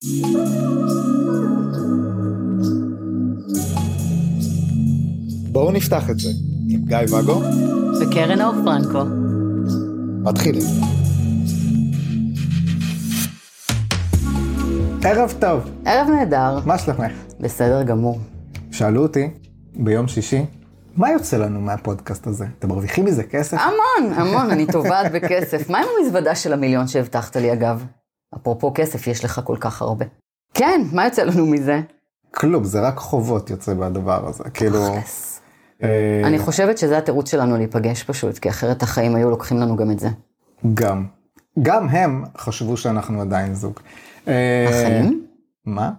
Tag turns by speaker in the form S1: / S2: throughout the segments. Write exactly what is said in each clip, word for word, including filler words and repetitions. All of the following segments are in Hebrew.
S1: בואו נפתח את זה עם גיא וגו
S2: וקרן אור פרנקו.
S1: מתחילים. ערב טוב.
S2: ערב נהדר.
S1: מה שלומך?
S2: בסדר גמור.
S1: שאלו אותי ביום שישי, מה יוצא לנו מהפודקאסט הזה? אתם מרוויחים מזה כסף?
S2: המון, המון, אני טובעת בכסף. מה עם המזוודה של המיליון שהבטחת לי אגב? אפרופו כסף, יש לך כל כך הרבה. כן, מה יוצא לנו מזה?
S1: כלום, זה רק חובות יוצא בדבר הזה. כאילו...
S2: אני חושבת שזה התירוץ שלנו להיפגש פשוט, כי אחרת החיים היו לוקחים לנו גם את זה.
S1: גם. גם הם חשבו שאנחנו עדיין זוג.
S2: החיים?
S1: מה?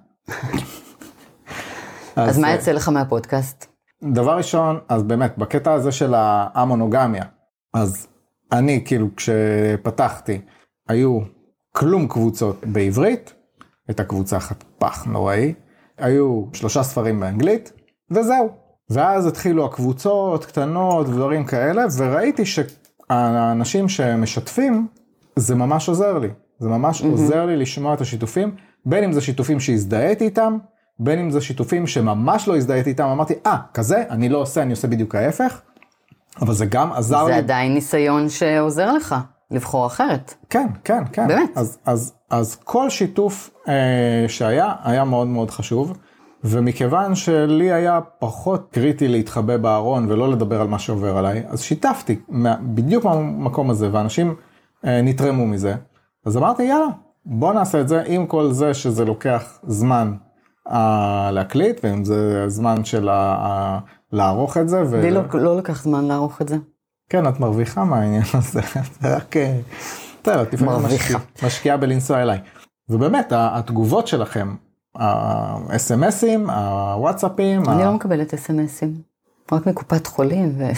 S2: אז מה יצא לך מהפודקאסט?
S1: דבר ראשון, אז באמת, בקטע הזה של המונוגמיה, אז אני, כאילו, כשפתחתי, היו כלום קבוצות בעברית, הייתה קבוצה אחת פח נוראי, היו שלושה ספרים באנגלית, וזהו. ואז התחילו הקבוצות, קטנות, דברים כאלה, וראיתי שהאנשים שמשתפים, זה ממש עוזר לי. זה ממש mm-hmm. עוזר לי לשמוע את השיתופים, בין אם זה שיתופים שהזדהיתי איתם, בין אם זה שיתופים שממש לא הזדהיתי איתם, אמרתי, אה, כזה, אני לא עושה, אני עושה בדיוק ההפך, אבל זה גם עזר
S2: זה
S1: לי.
S2: זה עדיין ניסיון שעוזר לך, לבחור אחרת.
S1: כן, כן, כן.
S2: באמת.
S1: אז, אז, אז כל שיתוף אה, שהיה, היה מאוד מאוד חשוב, ומכיוון שלי היה פחות קריטי להתחבא בארון, ולא לדבר על מה שעובר עליי, אז שיתפתי בדיוק במקום הזה, ואנשים אה, נתרמו מזה. אז אמרתי, יאללה, בוא נעשה את זה, עם כל זה שזה לוקח זמן, להקליט, ואם זה זמן של לערוך את זה.
S2: לי לא לקח זמן לערוך את זה. כן,
S1: את מרוויחה מהעניין הזה. זה רק...
S2: מרוויחה.
S1: משקיעה בלנסוע אליי. ובאמת, התגובות שלכם, ה-אס אם אסים, הוואטסאפים...
S2: אני לא מקבלת אס אם אסים. רק מקופת חולים ו...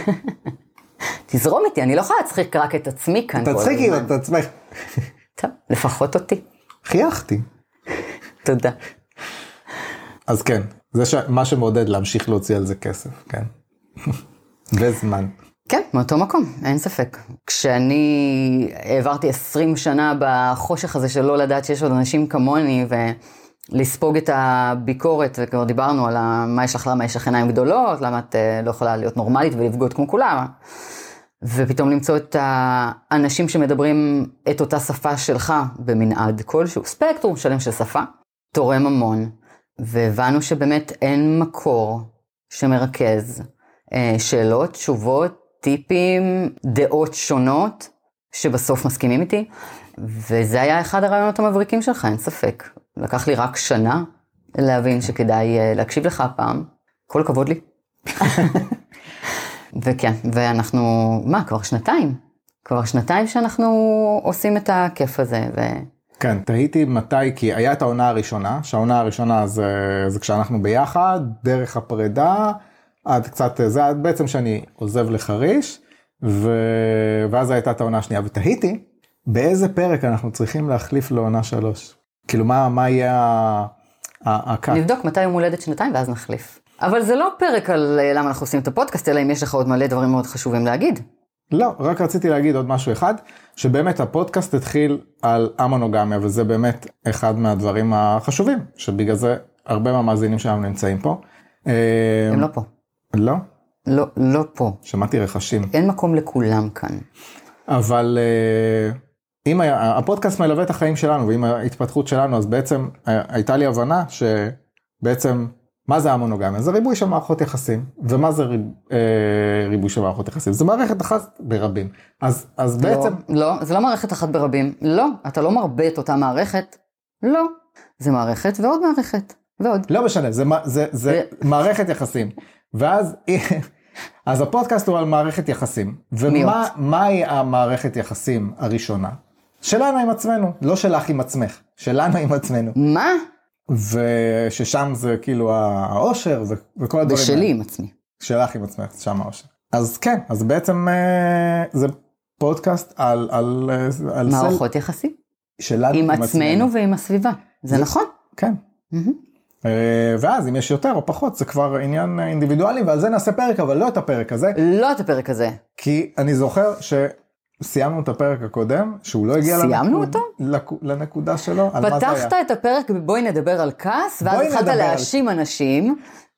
S2: תזרום איתי, אני לא יכולה להצחיק רק את עצמי כאן.
S1: תצחיקי את עצמך.
S2: טוב, לפחות אותי.
S1: חייכתי.
S2: תודה.
S1: אז כן, זה ש... מה שמעודד להמשיך להוציא על זה כסף, כן? וזמן.
S2: כן, מאותו מקום, אין ספק. כשאני העברתי עשרים שנה בחושך הזה של לא לדעת שיש עוד אנשים כמוני, ולספוג את הביקורת, וכבר דיברנו על מה יש לך, למה יש לך עיניים גדולות, למה את לא יכולה להיות נורמלית ולפגות כמו כולם, ופתאום למצוא את האנשים שמדברים את אותה שפה שלך במנעד כלשהו, ספקטרום שלם של שפה, תורם המון. והבנו שבאמת אין מקור שמרכז אה, שאלות, תשובות, טיפים, דעות שונות, שבסוף מסכימים איתי, וזה היה אחד הרעיונות המבריקים שלך, אין ספק. לקח לי רק שנה להבין שכדאי אה, להקשיב לך הפעם, כל הכבוד לי. וכן, ואנחנו, מה, כבר שנתיים? כבר שנתיים שאנחנו עושים את הכיף הזה, ו...
S1: כן, תהיתי מתי, כי היה את העונה הראשונה, שהעונה הראשונה זה, זה כשאנחנו ביחד, דרך הפרידה, עד קצת, זה עד בעצם שאני עוזב לחריש, ו... ואז הייתה את העונה השנייה, ותהיתי, באיזה פרק אנחנו צריכים להחליף לעונה שלוש? כאילו, מה, מה יהיה הקאט?
S2: נבדוק מתי יום הולדת שנתיים, ואז נחליף. אבל זה לא פרק על למה אנחנו עושים את הפודקאסט, אלא אם יש לך עוד מלא דברים מאוד חשובים להגיד.
S1: לא, רק רציתי להגיד עוד משהו אחד, שבאמת הפודקאסט התחיל על המונוגמיה, וזה באמת אחד מהדברים החשובים, שבגלל זה הרבה מהמאזינים שלנו נמצאים פה.
S2: הם לא פה.
S1: לא?
S2: לא, לא פה.
S1: שמעתי רכשים.
S2: אין מקום לכולם כאן.
S1: אבל אם הפודקאסט מלווה את החיים שלנו, ועם ההתפתחות שלנו, אז בעצם הייתה לי הבנה שבעצם... מה זה המונוגמיה? זה ריבוי של מערכות יחסים. ומה זה ריב, אה, ריבוי של מערכות יחסים? זה מערכת אחת ברבים. אז, אז
S2: לא,
S1: בעצם...
S2: לא, זה לא מערכת אחת ברבים. לא, אתה לא מרבה את אותה מערכת. לא. זה מערכת ועוד מערכת. ועוד.
S1: לא משנה, זה, זה, זה מערכת יחסים. ואז... אז הפודקאסט הוא על מערכת יחסים. ומה מהי המערכת יחסים הראשונה? שלנו עם עצמנו. לא שלך עם עצמך. שלנו עם עצמנו.
S2: מה?
S1: וששם זה כאילו האושר וכל הדברים.
S2: ושלי עם עצמי.
S1: שלך עם עצמך, שם האושר. אז כן, אז בעצם זה פודקאסט על... על, על
S2: מערכות יחסים.
S1: שלנו
S2: עם עצמנו ועם הסביבה. זה נכון?
S1: כן. ואז אם יש יותר או פחות, זה כבר עניין אינדיבידואלי, ועל זה נעשה פרק, אבל לא את הפרק הזה.
S2: לא את הפרק הזה.
S1: כי אני זוכר ש... סיימנו את הפרק הקודם, שהוא לא הגיע
S2: סיימנו
S1: לנקוד, אותו? לנקודה שלו, על מה זה היה.
S2: פתחת את הפרק בבואי נדבר על כעס, ואז התחלת להאשים על... אנשים,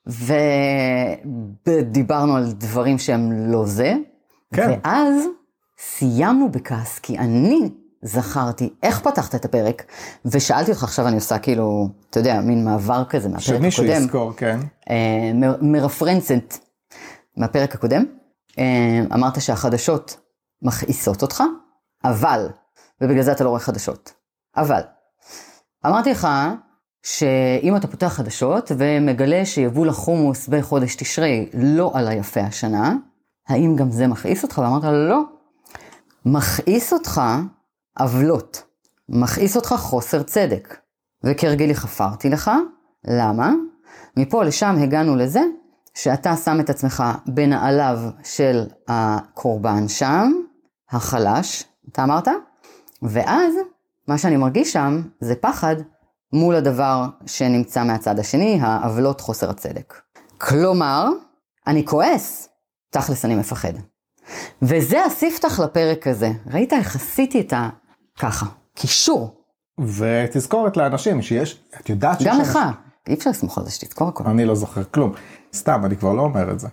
S2: ודיברנו על דברים שהם לא זה,
S1: כן.
S2: ואז סיימנו בכעס, כי אני זכרתי איך פתחת את הפרק, ושאלתי אותך עכשיו, אני עושה כאילו, אתה יודע, מין מעבר כזה מהפרק הקודם.
S1: שמישהו יזכור, כן.
S2: מ- מרפרנסת מהפרק הקודם, אמרת שהחדשות מכעיסות אותך, אבל, ובגלל זה אתה לא רואה חדשות, אבל, אמרתי לך שאם אתה פותח חדשות ומגלה שיבול החומוס בחודש תשרי לא על היפה השנה, האם גם זה מכעיס אותך? ואמרת לא, מכעיס אותך עוולות, מכעיס אותך חוסר צדק, וכרגילי חפרתי לך, למה? מפה לשם הגענו לזה, שאתה שם את עצמך בנעליו של הקורבן שם, החלש, אתה אמרת? ואז מה שאני מרגיש שם זה פחד מול הדבר שנמצא מהצד השני, העוולות חוסר הצדק. כלומר, אני כועס, תכלס אני מפחד. וזה הספתח לפרק הזה. ראית איך עשיתי את ה... ככה, קישור.
S1: ותזכורת לאנשים שיש, את יודעת שיש...
S2: גם לך, אי אפשר לסמוך על זה שתזכור הכל.
S1: אני לא זוכר כלום. סתם, אני כבר לא אומר את זה.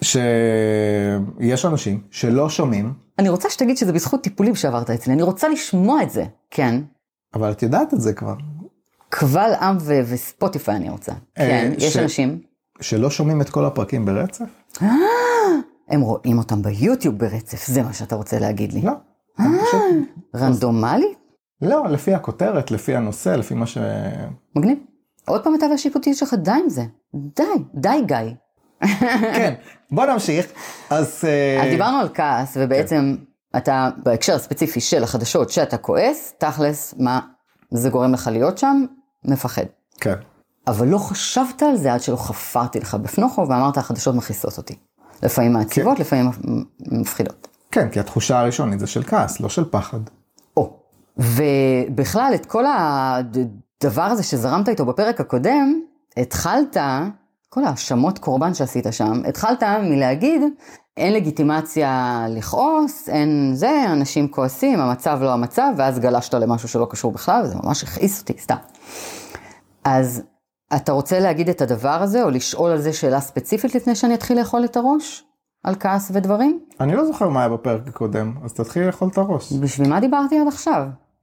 S1: שיש אנשים שלא שומעים.
S2: אני רוצה שתגיד שזה בזכות טיפולים שעברת אצלי, אני רוצה לשמוע את זה, כן.
S1: אבל את יודעת את זה כבר.
S2: קבל עם ו- וספוטיפיי אני רוצה. כן, יש אנשים.
S1: שלא שומעים את כל הפרקים ברצף?
S2: הם רואים אותם ביוטיוב ברצף, זה מה שאתה רוצה להגיד לי.
S1: לא.
S2: רנדומלי?
S1: לא, לפי הכותרת, לפי הנושא, לפי מה ש...
S2: מגניב. עוד פעם אתה והשיפוטיות שלך, די עם זה. די, די גיא.
S1: כן, בוא נמשיך. אז...
S2: אז דיברנו על כעס, ובעצם אתה, בהקשר הספציפי של החדשות, שאתה כועס, תכלס, מה זה גורם לך להיות שם? מפחד.
S1: כן.
S2: אבל לא חשבת על זה עד שלא חפרתי לך בפנוכו, ואמרת, החדשות מכעיסות אותי. לפעמים מעציבות, לפעמים מפחידות.
S1: כן, כי התחושה הראשונית זה של כעס, לא של פחד.
S2: או, ובכלל, את כל הדבר הזה שזרמת איתו בפרק הקודם, התחלת, כל האשמות קורבן שעשית שם, התחלת מלהגיד, אין לגיטימציה לכעוס, אין זה, אנשים כועסים, המצב לא המצב, ואז גלשת למשהו שלא קשור בכלל, וזה ממש הכעיס אותי, סתם. אז אתה רוצה להגיד את הדבר הזה, או לשאול על זה שאלה ספציפית לפני שאני אתחיל לאכול את הראש? על כעס ודברים?
S1: אני לא זוכר מה היה בפרק הקודם, אז תתחיל לאכול את הראש.
S2: בשביל מה דיברתי עד עכשיו?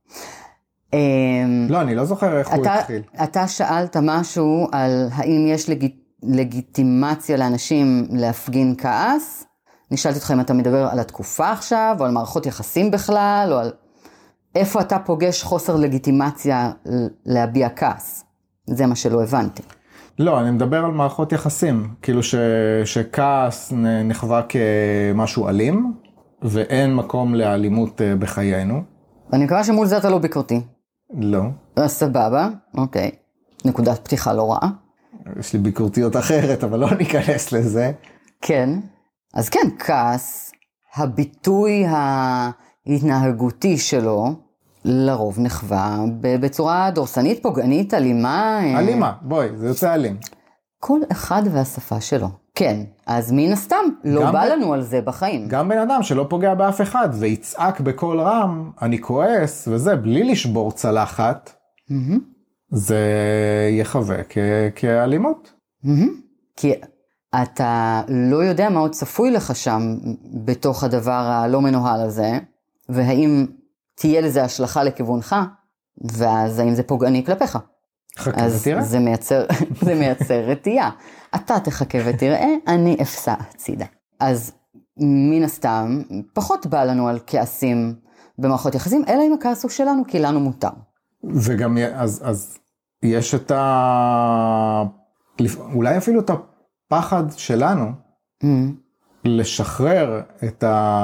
S1: לא, אני לא זוכר איך הוא התחיל.
S2: אתה שאלת משהו על האם יש לגיטימציה לאנשים להפגין כעס? אני שאלתי אותך אם אתה מדבר על התקופה עכשיו, או על מערכות יחסים בכלל, או על איפה אתה פוגש חוסר לגיטימציה להביע כעס. זה מה שלא הבנתי.
S1: לא, אני מדבר על מערכות יחסים, כאילו ש... שכעס נחווה כמשהו אלים, ואין מקום לאלימות בחיינו.
S2: אני מקווה שמול זה אתה לא ביקורתי.
S1: לא.
S2: סבבה, אוקיי. נקודת פתיחה לא רעה.
S1: יש לי ביקורתיות אחרת, אבל לא ניכנס לזה.
S2: כן. אז כן, כעס, הביטוי ההתנהגותי שלו, לרוב נחווה בצורה דורסנית, פוגענית, אלימה.
S1: אלימה, בואי, זה יוצא אלים.
S2: כל אחד והשפה שלו. כן, אז מן הסתם, לא בא ב... לנו על זה בחיים.
S1: גם בן אדם שלא פוגע באף אחד, ויצעק בכל רם, אני כועס, וזה, בלי לשבור צלחת, mm-hmm. זה יחווה כ... כאלימות.
S2: Mm-hmm. כי אתה לא יודע מה עוד צפוי לך שם, בתוך הדבר הלא מנוהל הזה, והאם תהיה לזה השלכה לכיוונך, ואז האם זה פוגעני כלפיך.
S1: חכה ותראה.
S2: אז זה מייצר, זה מייצר רתיעה. אתה תחכה ותראה, אני אפסע הצידה. אז מן הסתם, פחות בא לנו על כעסים במערכות יחסים, אלא אם הכעס הוא שלנו, כי לנו מותר.
S1: וגם, אז, אז יש את ה... אולי אפילו את הפחד שלנו, mm-hmm. לשחרר את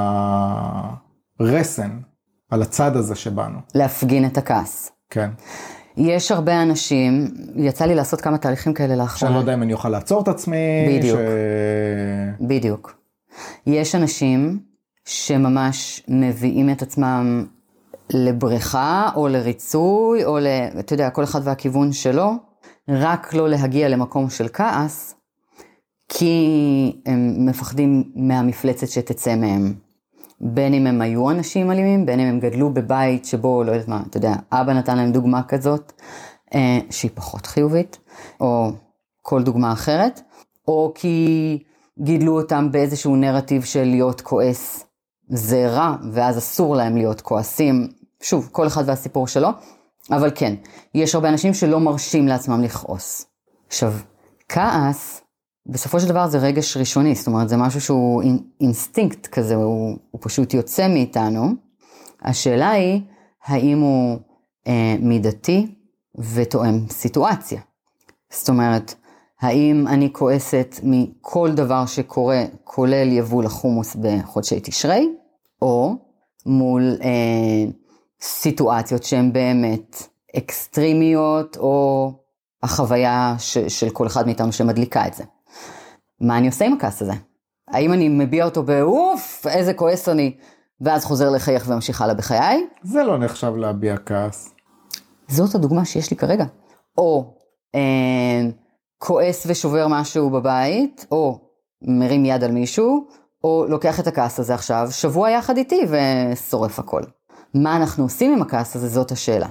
S1: הרסן על הצד הזה שבנו.
S2: להפגין את הכעס.
S1: כן.
S2: יש הרבה אנשים, יצא לי לעשות כמה תהליכים כאלה לאחרונה.
S1: שאני לא יודע אם אני אוכל לעצור את עצמי.
S2: בדיוק. ש... בדיוק. יש אנשים שממש מביאים את עצמם לבריכה או לריצוי, או ל... אתה יודע, כל אחד והכיוון שלו, רק לא להגיע למקום של כעס, כי הם מפחדים מהמפלצת שתצא מהם. בין אם הם היו אנשים אלימים, בין אם הם גדלו בבית שבו, לא יודעת מה, אתה יודע, אבא נתן להם דוגמה כזאת, אה, שהיא פחות חיובית, או כל דוגמה אחרת, או כי גידלו אותם באיזשהו נרטיב של להיות כועס זה רע, ואז אסור להם להיות כועסים, שוב, כל אחד והסיפור שלו, אבל כן, יש הרבה אנשים שלא מרשים לעצמם לכעוס. עכשיו, כעס, בסופו של דבר זה רגש ראשוני, זאת אומרת, זה משהו שהוא אינסטינקט כזה, הוא, הוא פשוט יוצא מאיתנו. השאלה היא, האם הוא אה, מידתי ותואם סיטואציה? זאת אומרת, האם אני כועסת מכל דבר שקורה, כולל יבול החומוס בחודשי תשרי, או מול אה, סיטואציות שהן באמת אקסטרימיות, או החוויה ש, של כל אחד מאיתנו שמדליקה את זה. מה אני עושה עם הכעס הזה? האם אני מביע אותו באוף, איזה כועס אני, ואז חוזר לחייך וממשיך הלאה בחיי?
S1: זה לא נחשב להביע כעס.
S2: זאת הדוגמה שיש לי כרגע. או אה, כועס ושובר משהו בבית, או מרים יד על מישהו, או לוקח את הכעס הזה עכשיו, שבוע יחד איתי ושורף הכל. מה אנחנו עושים עם הכעס הזה? זאת השאלה.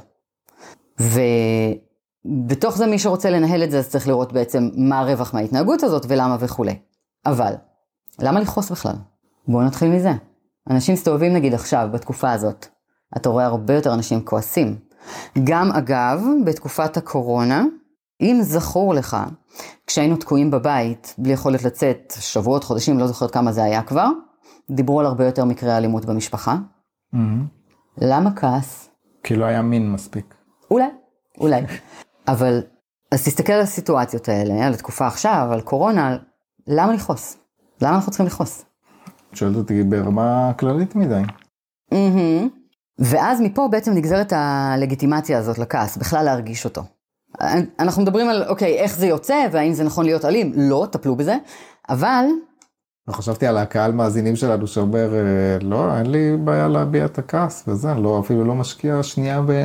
S2: ובתוך זה מי שרוצה לנהל את זה, אז צריך לראות בעצם מה הרווח מההתנהגות הזאת ולמה וכו'. אבל, למה לכעוס בכלל? בואו נתחיל מזה. אנשים מסתובבים נגיד עכשיו, בתקופה הזאת, אתה רואה הרבה יותר אנשים כועסים. גם אגב, בתקופת הקורונה, אם זכור לך, כשהיינו תקועים בבית, בלי יכולת לצאת שבועות, חודשים, לא זוכרת כמה זה היה כבר, דיברו על הרבה יותר מקרי אלימות במשפחה.
S1: Mm-hmm.
S2: למה כעס?
S1: כי לא היה מין מספיק.
S2: אולי, אולי. אבל, אז תסתכל על הסיטואציות האלה, על התקופה עכשיו, על קורונה, למה לכעוס? למה אנחנו צריכים לכעוס?
S1: שואלת אותי ברמה כללית מדי.
S2: Mm-hmm. ואז מפה בעצם נגזרת הלגיטימציה הזאת לכעס, בכלל להרגיש אותו. אנחנו מדברים על, אוקיי, איך זה יוצא, והאם זה נכון להיות אלים? לא, טפלו בזה, אבל...
S1: חשבתי על הקהל מאזינים שלנו שאומר, לא, אין לי בעיה להביע את הכעס, וזה, לא, אפילו לא משקיע שנייה ב...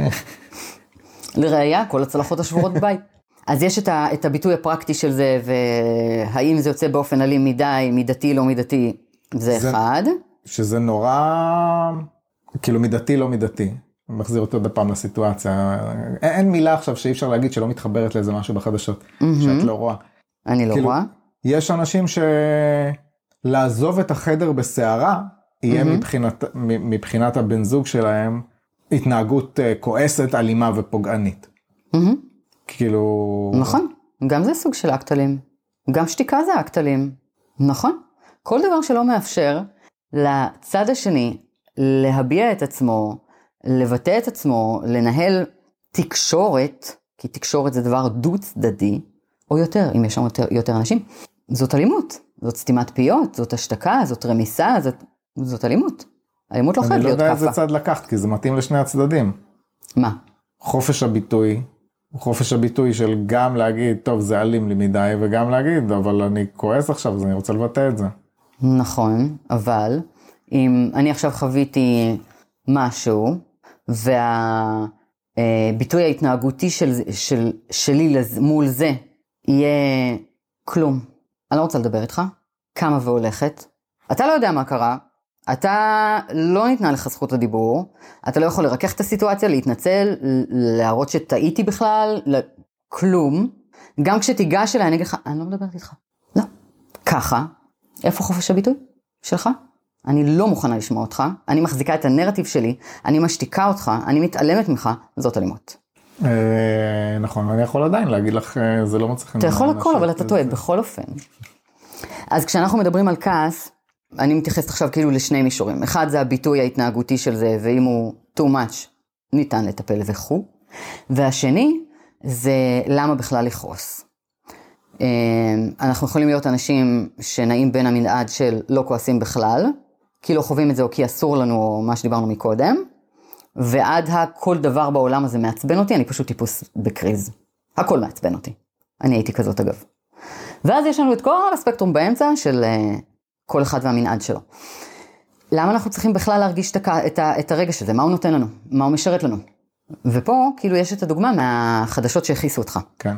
S2: לראיה, כל הצלחות השבורות בבית. אז יש את, ה, את הביטוי הפרקטי של זה, והאם זה יוצא באופן אלים מדי, מידתי, לא מידתי, זה, זה אחד.
S1: שזה נורא, כאילו מידתי, לא מידתי. מחזיר אותו עוד פעם לסיטואציה. אין, אין מילה עכשיו שאי אפשר להגיד שלא מתחברת לאיזה משהו בחדשות, mm-hmm. שאת לא רואה.
S2: אני לא כאילו, רואה.
S1: יש אנשים שלעזוב את החדר בסערה, יהיה mm-hmm. מבחינת, מבחינת הבן זוג שלהם, התנהגות כועסת, אלימה ופוגענית.
S2: Mm-hmm.
S1: כאילו...
S2: נכון, גם זה סוג של אקטלים. גם שתיקה זה אקטלים. נכון. כל דבר שלא מאפשר לצד השני להביע את עצמו, לבטא את עצמו, לנהל תקשורת, כי תקשורת זה דבר דו צדדי, או יותר, אם יש שם יותר, יותר אנשים, זאת אלימות, זאת סתימת פיות, זאת השתקה, זאת רמיסה, זאת, זאת אלימות. אלימות לא חייב להיות כפה.
S1: אני לא יודע איזה צד לקחת, כי זה מתאים לשני הצדדים.
S2: מה?
S1: חופש הביטוי, חופש הביטוי של גם להגיד, טוב, זה אלים לי מדי, וגם להגיד, אבל אני כועס עכשיו, אז אני רוצה לבטא את זה.
S2: נכון, אבל אם אני עכשיו חוויתי משהו, והביטוי ההתנהגותי של, של, שלי מול זה יהיה כלום. אני לא רוצה לדבר איתך, כמה והולכת. אתה לא יודע מה קרה, אתה לא ניתנה לך זכות הדיבור, אתה לא יכול לרכך את הסיטואציה, להתנצל, להראות שטעיתי בכלל, כלום. גם כשתיגש אליי, אני אגיד לך, אני לא מדברת איתך. לא. ככה, איפה חופש הביטוי שלך? אני לא מוכנה לשמוע אותך, אני מחזיקה את הנרטיב שלי, אני משתיקה אותך, אני מתעלמת ממך, זאת אלימות.
S1: נכון, אני יכול עדיין להגיד לך, זה לא מצליח.
S2: אתה יכול הכל, אבל אתה טועה, בכל אופן. אז כשאנחנו מדברים על כעס, אני מתייחסת עכשיו כאילו לשני מישורים. אחד זה הביטוי ההתנהגותי של זה, ואם הוא too much, ניתן לטפל וכו'. והשני זה למה בכלל לכעוס. אנחנו יכולים להיות אנשים שנעים בין המנעד של לא כועסים בכלל, כי לא חווים את זה או כי אסור לנו או מה שדיברנו מקודם, ועד הכל דבר בעולם הזה מעצבן אותי, אני פשוט טיפוס בקריז. הכל מעצבן אותי. אני הייתי כזאת אגב. ואז יש לנו את כל הספקטרום באמצע של כל אחד והמנעד שלו. למה אנחנו צריכים בכלל להרגיש את, את, את הרגש הזה? מה הוא נותן לנו? מה הוא משרת לנו? ופה כאילו יש את הדוגמה מהחדשות שהכיסו אותך.
S1: כן.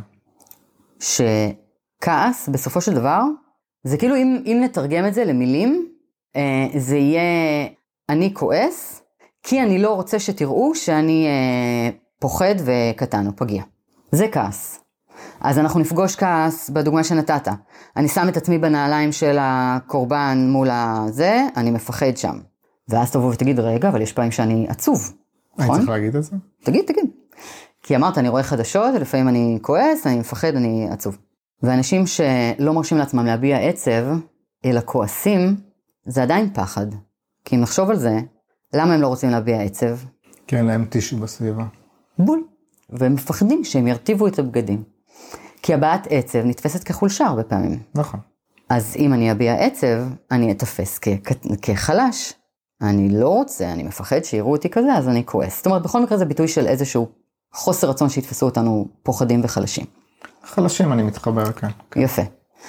S2: שכעס בסופו של דבר, זה כאילו אם, אם נתרגם את זה למילים, זה יהיה אני כועס, כי אני לא רוצה שתראו שאני אה, פוחד וקטן או פגיע. זה כעס. אז אנחנו נפגוש כעס בדוגמה שנתת. אני שם את עצמי בנעליים של הקורבן מול הזה, אני מפחד שם. ואז תבוא ותגיד, רגע, אבל יש פעמים שאני עצוב.
S1: אני צריך להגיד את זה?
S2: תגיד, תגיד. כי אמרת, אני רואה חדשות, לפעמים אני כועס, אני מפחד, אני עצוב. ואנשים שלא מרשים לעצמם להביע עצב, אלא כועסים, זה עדיין פחד. כי אם נחשוב על זה, למה הם לא רוצים להביע עצב?
S1: כי אין להם טישו בסביבה.
S2: בול. והם מפחדים שהם ירטיבו את הבגדים. כי הבעת עצב נתפסת כחולשה הרבה פעמים.
S1: נכון.
S2: אז אם אני אביע עצב, אני אתפס כ- כחלש. אני לא רוצה, אני מפחד שיראו אותי כזה, אז אני כועס. זאת אומרת, בכל מקרה זה ביטוי של איזשהו חוסר רצון שיתפסו אותנו פוחדים וחלשים.
S1: חלשים אני מתחבר כאן.
S2: יפה.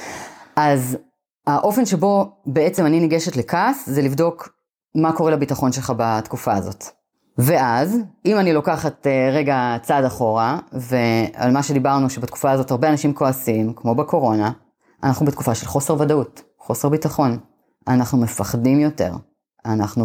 S2: אז האופן שבו בעצם אני ניגשת לכעס, זה לבדוק מה קורה לביטחון שלך בתקופה הזאת. ואז, אם אני לוקחת רגע צעד אחורה, ועל מה שדיברנו שבתקופה הזאת הרבה אנשים כועסים, כמו בקורונה, אנחנו בתקופה של חוסר ודאות, חוסר ביטחון. אנחנו מפחדים יותר. אנחנו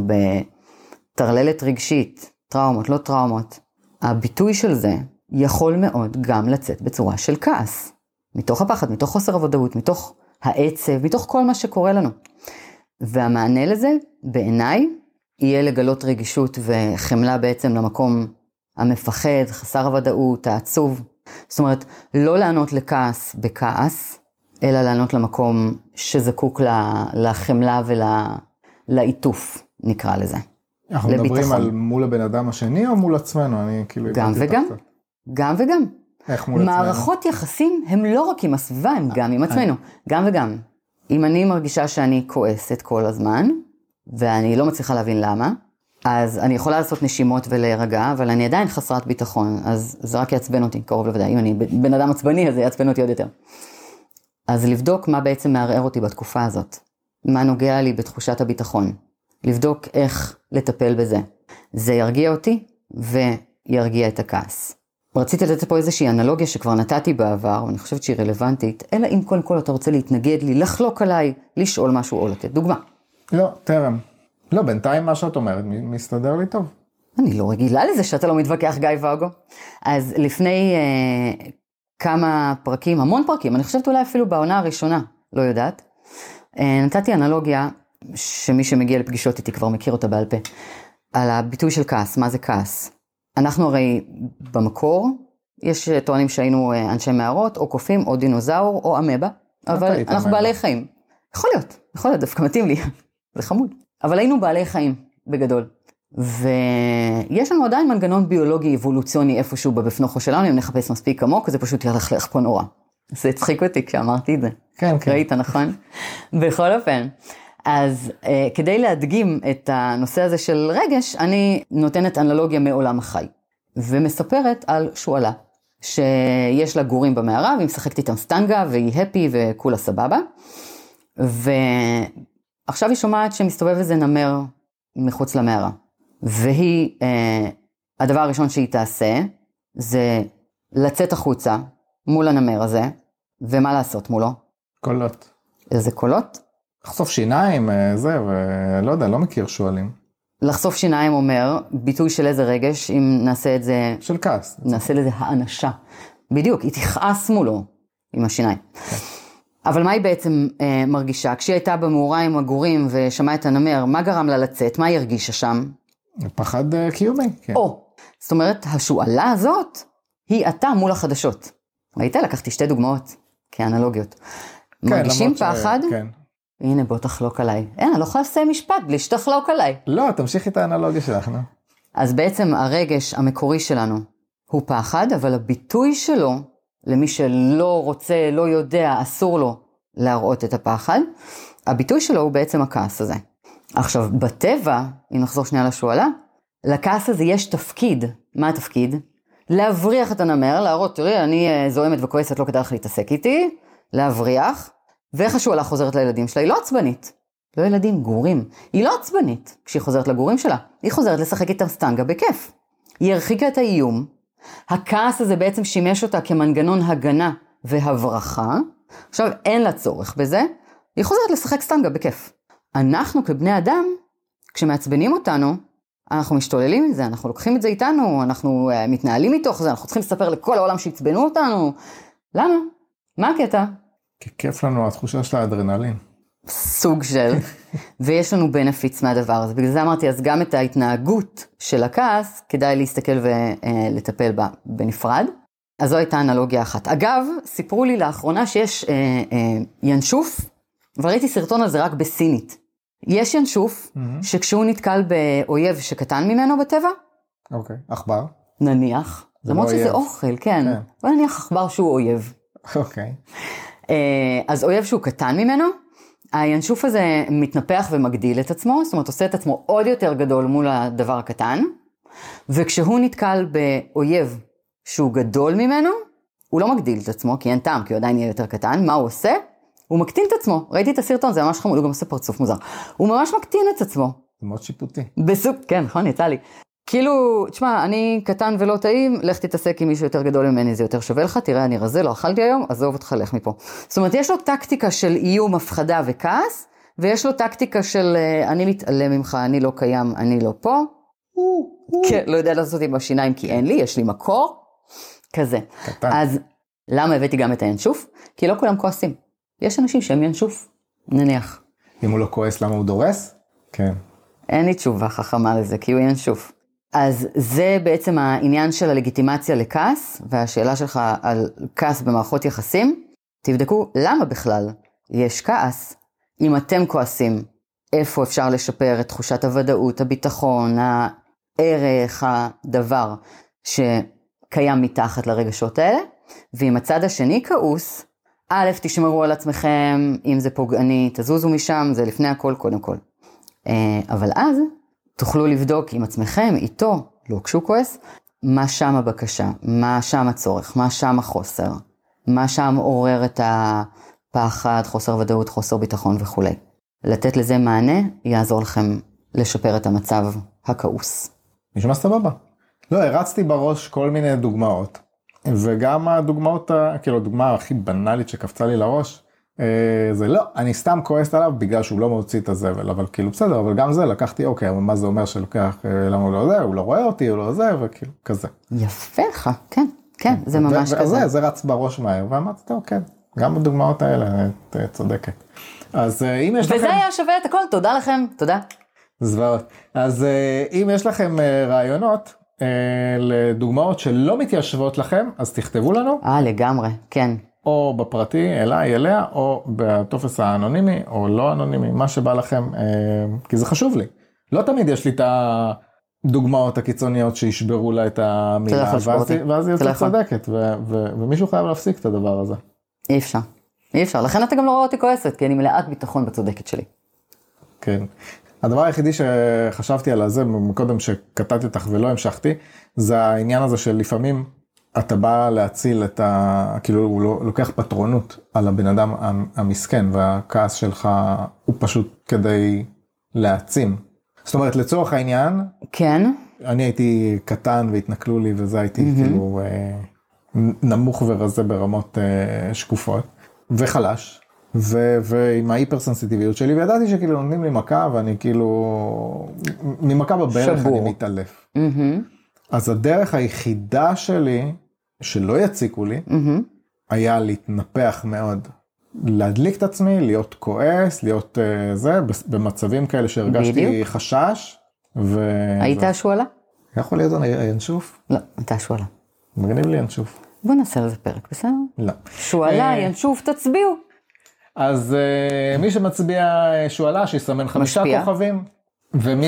S2: בתרללת רגשית, טראומות, לא טראומות. הביטוי של זה יכול מאוד גם לצאת בצורה של כעס. מתוך הפחד, מתוך חוסר הוודאות, מתוך העצב, מתוך כל מה שקורה לנו. והמענה לזה, בעיניי, יהיה לגלות רגישות וחמלה בעצם למקום המפחד, חסר הוודאות, העצוב. זאת אומרת, לא לענות לכעס בכעס, אלא לענות למקום שזקוק לחמלה ולעיטוף, נקרא לזה.
S1: אנחנו
S2: לביטחון.
S1: מדברים על מול הבן אדם השני או מול עצמנו? אני כאילו...
S2: גם וגם. גם וגם.
S1: איך מול עצמנו?
S2: מערכות יחסים הם לא רק עם הסביבה, הם גם עם עצמנו. גם וגם. אם אני מרגישה שאני כועסת כל הזמן, ואני לא מצליחה להבין למה, אז אני יכולה לעשות נשימות ולהירגע, אבל אני עדיין חסרת ביטחון, אז זה רק יעצבן אותי, קרוב לוודאי. אם אני בן אדם עצבני, אז זה יעצבן אותי עוד יותר. אז לבדוק מה בעצם מערער אותי בתקופה הזאת. מה נוגע לי בתחושת הביטחון. לבדוק איך לטפל בזה. זה ירגיע אותי וירגיע את הכעס. רציתי לתת פה איזושהי אנלוגיה שכבר נתתי בעבר, ואני חושבת שהיא רלוונטית, אלא אם קודם כל אתה רוצה להתנגד לי, לחלוק עליי, לשאול משהו או לתת דוגמה.
S1: לא, תרם. לא, בינתיים מה שאת אומרת, מסתדר לי טוב.
S2: אני לא רגילה לזה שאתה לא מתווכח, גיא ואגו. אז לפני אה, כמה פרקים, המון פרקים, אני חושבת אולי אפילו בעונה הראשונה, לא יודעת, אה, נתתי אנלוגיה, שמי שמגיע לפגישות איתי כבר מכיר אותה בעל פה, על הביטוי של כעס, מה זה כעס. אנחנו הרי במקור, יש טוענים שהיינו אנשי מערות, או קופים, או דינוזאור, או אמבה, אבל אנחנו אמבה. בעלי חיים. יכול להיות, יכול להיות, דווקא מתאים לי, זה חמוד. אבל היינו בעלי חיים, בגדול. ויש לנו עדיין מנגנון ביולוגי אבולוציוני איפשהו בבפנוכו שלנו, אם נחפש מספיק עמוק, זה פשוט ילכלך פה נורא. זה הצחיק אותי כשאמרתי את זה.
S1: כן, כן.
S2: ראית, נכון? בכל אופן. אז אה, כדי להדגים את הנושא הזה של רגש, אני נותנת אנלוגיה מעולם החי, ומספרת על שואלה, שיש לה גורים במערה, והיא משחקת איתם סטנגה, והיא הפי וכולה סבבה, ועכשיו היא שומעת שמסתובב איזה נמר מחוץ למערה, והיא, אה, הדבר הראשון שהיא תעשה, זה לצאת החוצה מול הנמר הזה, ומה לעשות מולו?
S1: קולות.
S2: איזה קולות?
S1: לחשוף שיניים, זה, ולא יודע, לא מכיר שואלים.
S2: לחשוף שיניים אומר, ביטוי של איזה רגש, אם נעשה את זה...
S1: של כעס.
S2: נעשה לזה האנשה. בדיוק, היא תכעס מולו עם השיניים. Okay. אבל מה היא בעצם אה, מרגישה? כשהיא הייתה במאורה עם הגורים ושמעה את הנמר, מה גרם לה לצאת? מה היא הרגישה שם?
S1: פחד uh, קיומי. כן.
S2: או, זאת אומרת, השואלה הזאת היא אתה מול החדשות. ראית? לקחתי שתי דוגמאות כאנלוגיות. כן, מרגישים פחד? ש... כן. הנה בוא תחלוק עליי. אין, אני לא יכולה לסיים משפט בלי שתחלוק עליי.
S1: לא, תמשיכי את האנלוגיה שלך, נו.
S2: אז בעצם הרגש המקורי שלנו הוא פחד, אבל הביטוי שלו, למי שלא רוצה, לא יודע, אסור לו להראות את הפחד, הביטוי שלו הוא בעצם הכעס הזה. עכשיו, בטבע, אם נחזור שנייה לשואלה, לכעס הזה יש תפקיד. מה התפקיד? להבריח את הנמר, להראות, תראי, אני זוהמת וכועסת, לא כדאי לך להתעסק איתי, להבריח, ואיך השואלה חוזרת לילדים שלה? היא לא עצבנית. לא ילדים, גורים. היא לא עצבנית כשהיא חוזרת לגורים שלה. היא חוזרת לשחק איתם סטנגה בכיף. היא הרחיקה את האיום. הכעס הזה בעצם שימש אותה כמנגנון הגנה והברחה. עכשיו אין לה צורך בזה. היא חוזרת לשחק סטנגה בכיף. אנחנו כבני אדם, כשמעצבנים אותנו, אנחנו משתוללים מזה, אנחנו לוקחים את זה איתנו, אנחנו uh, מתנהלים מתוך זה, אנחנו צריכים לספר לכל העולם שהצבנו אותנו. למה? מה הקטע?
S1: כי כיף לנו התחושה של האדרנלין.
S2: סוג של, ויש לנו בנפיץ מהדבר הזה. בגלל זה אמרתי, אז גם את ההתנהגות של הכעס, כדאי להסתכל ולטפל בה בנפרד. אז זו הייתה אנלוגיה אחת. אגב, סיפרו לי לאחרונה שיש אה, אה, ינשוף, וראיתי סרטון על זה רק בסינית. יש ינשוף, mm-hmm. שכשהוא נתקל באויב שקטן ממנו בטבע,
S1: אוקיי, אכבר.
S2: נניח, למרות שזה אוכל, כן. כן. אבל נניח אכבר שהוא אויב.
S1: אוקיי.
S2: אה, אז אויב שהוא קטן ממנו, הינשוף הזה מתנפח ומגדיל את עצמו, זאת אומרת, עושה את עצמו עוד יותר גדול מול הדבר הקטן, וכשהוא נתקל באויב שהוא גדול ממנו, הוא לא מגדיל את עצמו, כי אין טעם, כי הוא עדיין יהיה יותר קטן. מה הוא עושה? הוא מקטין את עצמו. ראיתי את הסרטון, זה ממש חמוד, הוא גם עושה פרצוף מוזר. הוא ממש מקטין את עצמו.
S1: זה מאוד שיפוטי.
S2: בסוג, כן, נכון, יצא לי. כאילו, תשמע, אני קטן ולא טעים, לך תתעסק עם מישהו יותר גדול ממני, זה יותר שווה לך, תראה, אני רזה, לא אכלתי היום, עזוב אותך, לך מפה. זאת אומרת, יש לו טקטיקה של איום, הפחדה וכעס, ויש לו טקטיקה של אני מתעלם ממך, אני לא קיים, אני לא פה. כן, לא יודע לעשות עם השיניים כי אין לי, יש לי מקור. כזה.
S1: קטן.
S2: אז למה הבאתי גם את הינשוף? כי לא כולם כועסים. יש אנשים שהם ינשוף, נניח.
S1: אם הוא לא כועס, למה הוא דורס? כן.
S2: אין לי תשובה חכמה לזה, כי הוא ינשוף. אז זה בעצם העניין של הלגיטימציה לכעס, והשאלה שלך על כעס במערכות יחסים. תבדקו למה בכלל יש כעס. אם אתם כועסים, איפה אפשר לשפר את תחושת הוודאות, הביטחון, הערך, הדבר שקיים מתחת לרגשות האלה. ואם הצד השני כעוס, א', תשמרו על עצמכם, אם זה פוגעני, תזוזו משם, זה לפני הכל, קודם כל. אבל אז תוכלו לבדוק עם עצמכם, איתו, לא כשהוא כועס, מה שם הבקשה, מה שם הצורך, מה שם החוסר, מה שם עורר את הפחד, חוסר ודאות, חוסר ביטחון וכו'. לתת לזה מענה, יעזור לכם לשפר את המצב הכעוס.
S1: נשמע סבבה. לא, הרצתי בראש כל מיני דוגמאות, וגם הדוגמאות, כאילו, הדוגמה הכי בנאלית שקפצה לי לראש, זה לא, אני סתם כועסת עליו בגלל שהוא לא מוציא את הזבל, אבל כאילו בסדר, אבל גם זה לקחתי, אוקיי, אבל מה זה אומר שלוקח, למה הוא לא זה, הוא לא רואה אותי, הוא לא זה, וכאילו, כזה.
S2: יפה לך, כן, כן, זה ממש כזה.
S1: זה, זה רץ בראש מהר, ואמרתי, טוב, כן, גם בדוגמאות האלה, את צודקת. אז אם יש לכם...
S2: וזה היה שווה את הכל, תודה לכם, תודה.
S1: זוועות. אז אם יש לכם רעיונות, לדוגמאות שלא מתיישבות לכם, אז תכתבו לנו.
S2: אה, לגמרי, כן.
S1: או בפרטי, אליי, אליה, או בטופס האנונימי, או לא אנונימי, מה שבא לכם, כי זה חשוב לי. לא תמיד יש לי את הדוגמאות הקיצוניות שישברו לה את המילה, ואז היא יוצאת צודקת, ומישהו חייב להפסיק את הדבר הזה.
S2: אי אפשר, אי אפשר. לכן אתה גם לא רואה אותי כועסת, כי אני מלאת ביטחון בצודקת שלי.
S1: כן. הדבר היחידי שחשבתי על זה, מקודם שקטעתי אותך ולא המשכתי, זה העניין הזה של לפעמים אתה בא להציל את ה... כאילו הוא לוקח פטרונות על הבן אדם המסכן, והכעס שלך הוא פשוט כדי להעצים. זאת אומרת, לצורך העניין,
S2: כן.
S1: אני הייתי קטן והתנכלו לי, וזה הייתי mm-hmm. כאילו נמוך ורזה ברמות שקופות, וחלש. ו- ועם ההיפרסנסיטיביות שלי, וידעתי שכאילו נותנים לי מכה, ואני כאילו, ממכה בברך שבור. אני מתעלף. Mm-hmm. אז הדרך היחידה שלי, שלא יציקו לי, mm-hmm. היה להתנפח מאוד. להדליק את עצמי, להיות כועס, להיות uh, זה, במצבים כאלה שהרגשתי בדיוק. חשש. ו...
S2: היית השואלה?
S1: יכול להיות ינשוף?
S2: לא, הייתה השואלה.
S1: מגניב לי ינשוף.
S2: בוא נעשה לזה פרק, בסדר?
S1: לא.
S2: שואלה, ינשוף, תצביעו.
S1: אז uh, מי שמצביע שואלה, שיסמן חמישה משפיע. כוכבים, ומי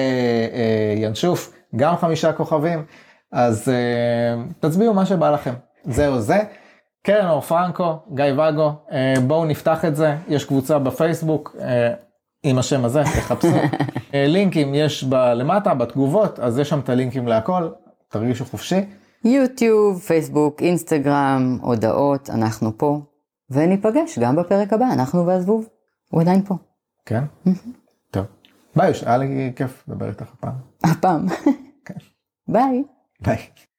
S1: שינשוף, גם חמישה כוכבים, אז uh, תצביעו מה שבא לכם. זהו זה. קרן אור פרנקו, גיא וגו, uh, בואו נפתח את זה, יש קבוצה בפייסבוק, uh, עם השם הזה, תחפשו. uh, לינקים יש ב- למטה, בתגובות, אז יש שם את הלינקים להכל, תרגישו חופשי.
S2: יוטיוב, פייסבוק, אינסטגרם, הודעות, אנחנו פה. וניפגש גם בפרק הבא, אנחנו והזבוב, הוא עדיין פה.
S1: כן? טוב. ביי, היה לי כיף לדבר איתך הפעם.
S2: הפעם.
S1: כן.
S2: ביי.
S1: ביי.